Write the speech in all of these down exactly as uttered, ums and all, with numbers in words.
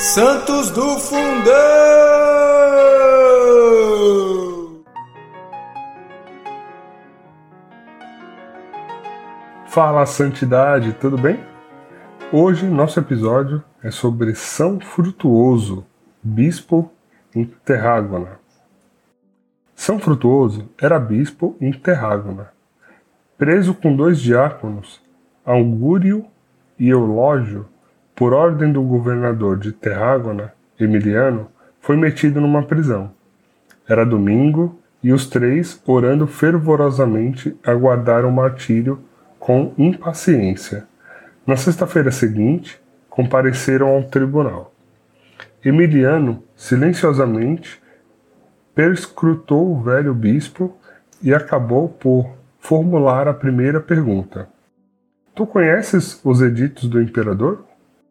Santos do Fundão! Fala, Santidade, tudo bem? Hoje nosso episódio é sobre São Frutuoso, bispo em Terrágona. São Frutuoso era bispo em Terrágona. Preso com dois diáconos, Augúrio e Eulógio, por ordem do governador de Terrágona, Emiliano, foi metido numa prisão. Era domingo e os três, orando fervorosamente, aguardaram o martírio com impaciência. Na sexta-feira seguinte, compareceram ao tribunal. Emiliano, silenciosamente, perscrutou o velho bispo e acabou por formular a primeira pergunta. Tu conheces os editos do imperador?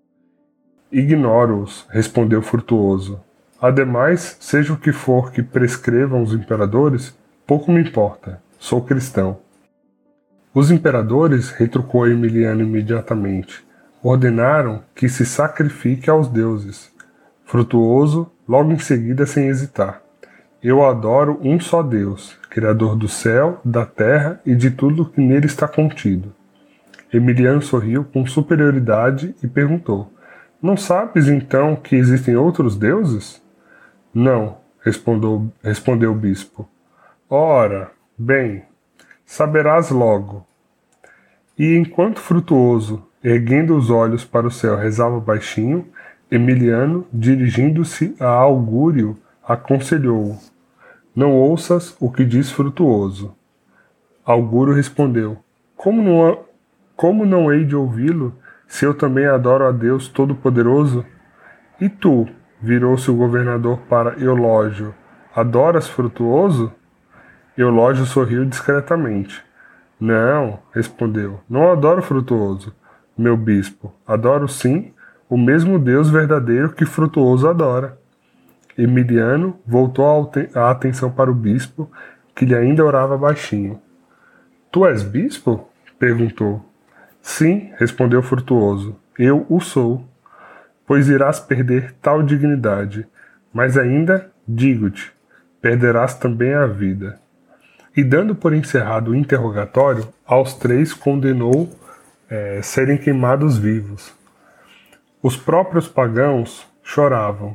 Ignoro-os, respondeu Frutuoso. Ademais, seja o que for que prescrevam os imperadores, pouco me importa. Sou cristão. Os imperadores, retrucou Emiliano imediatamente, ordenaram que se sacrifique aos deuses. Frutuoso, logo em seguida, sem hesitar. Eu adoro um só Deus, Criador do céu, da terra e de tudo que nele está contido. Emiliano sorriu com superioridade e perguntou: Não sabes, então, que existem outros deuses? Não, respondeu, respondeu o bispo. Ora, bem, saberás logo. E enquanto Frutuoso, erguendo os olhos para o céu, rezava baixinho, Emiliano, dirigindo-se a Augúrio, aconselhou-o: Não ouças o que diz Frutuoso. Augúrio respondeu: Como não, como não hei de ouvi-lo, se eu também adoro a Deus Todo-Poderoso? E tu, virou-se o governador para Eulógio, adoras Frutuoso? Eulógio sorriu discretamente. Não, respondeu, não adoro Frutuoso, meu bispo. Adoro sim o mesmo Deus verdadeiro que Frutuoso adora. Emiliano voltou a atenção para o bispo, que lhe ainda orava baixinho. Tu és bispo? Perguntou. Sim, respondeu Frutuoso, eu o sou. Pois irás perder tal dignidade, mas ainda, digo-te, perderás também a vida. E dando por encerrado o interrogatório, aos três condenou é, serem queimados vivos. Os próprios pagãos choravam.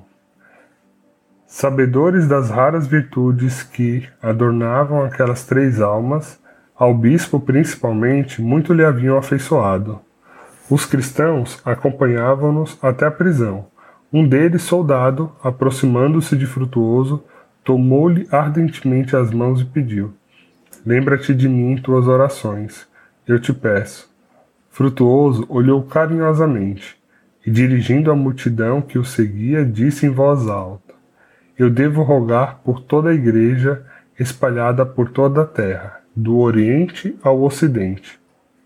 Sabedores das raras virtudes que adornavam aquelas três almas, ao bispo principalmente, muito lhe haviam afeiçoado. Os cristãos acompanhavam-nos até a prisão. Um deles, soldado, aproximando-se de Frutuoso, tomou-lhe ardentemente as mãos e pediu: Lembra-te de mim em tuas orações, eu te peço. Frutuoso olhou carinhosamente e, dirigindo a multidão que o seguia, disse em voz alta: Eu devo rogar por toda a igreja espalhada por toda a terra, do Oriente ao Ocidente.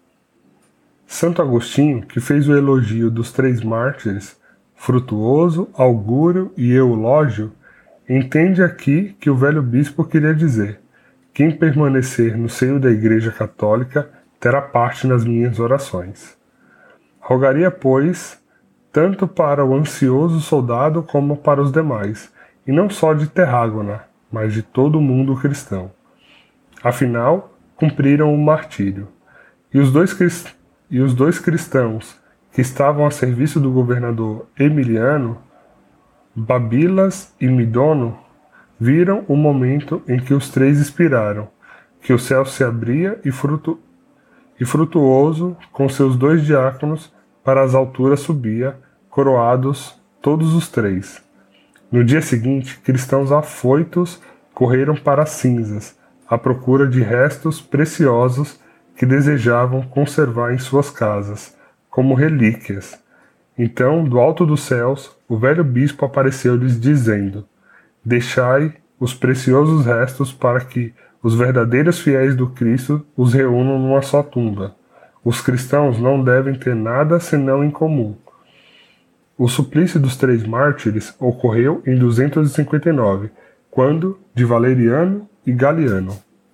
Santo Agostinho, que fez o elogio dos três mártires, Frutuoso, Augúrio e Eulógio, entende aqui que o velho bispo queria dizer: quem permanecer no seio da Igreja Católica terá parte nas minhas orações. Rogaria, pois, tanto para o ansioso soldado como para os demais, e não só de Terrágona, mas de todo o mundo cristão. Afinal, cumpriram o martírio. E os dois, crist... e os dois cristãos que estavam a serviço do governador Emiliano, Babilas e Midono, viram o momento em que os três expiraram, que o céu se abria e, frutu... e Frutuoso, com seus dois diáconos, para as alturas subia, coroados todos os três. No dia seguinte, cristãos afoitos correram para as cinzas, à procura de restos preciosos que desejavam conservar em suas casas, como relíquias. Então, do alto dos céus, o velho bispo apareceu-lhes dizendo: Deixai os preciosos restos para que os verdadeiros fiéis do Cristo os reúnam numa só tumba. Os cristãos não devem ter nada senão em comum. O suplício dos três mártires ocorreu em duzentos e cinquenta e nove, quando de Valeriano e Galiano.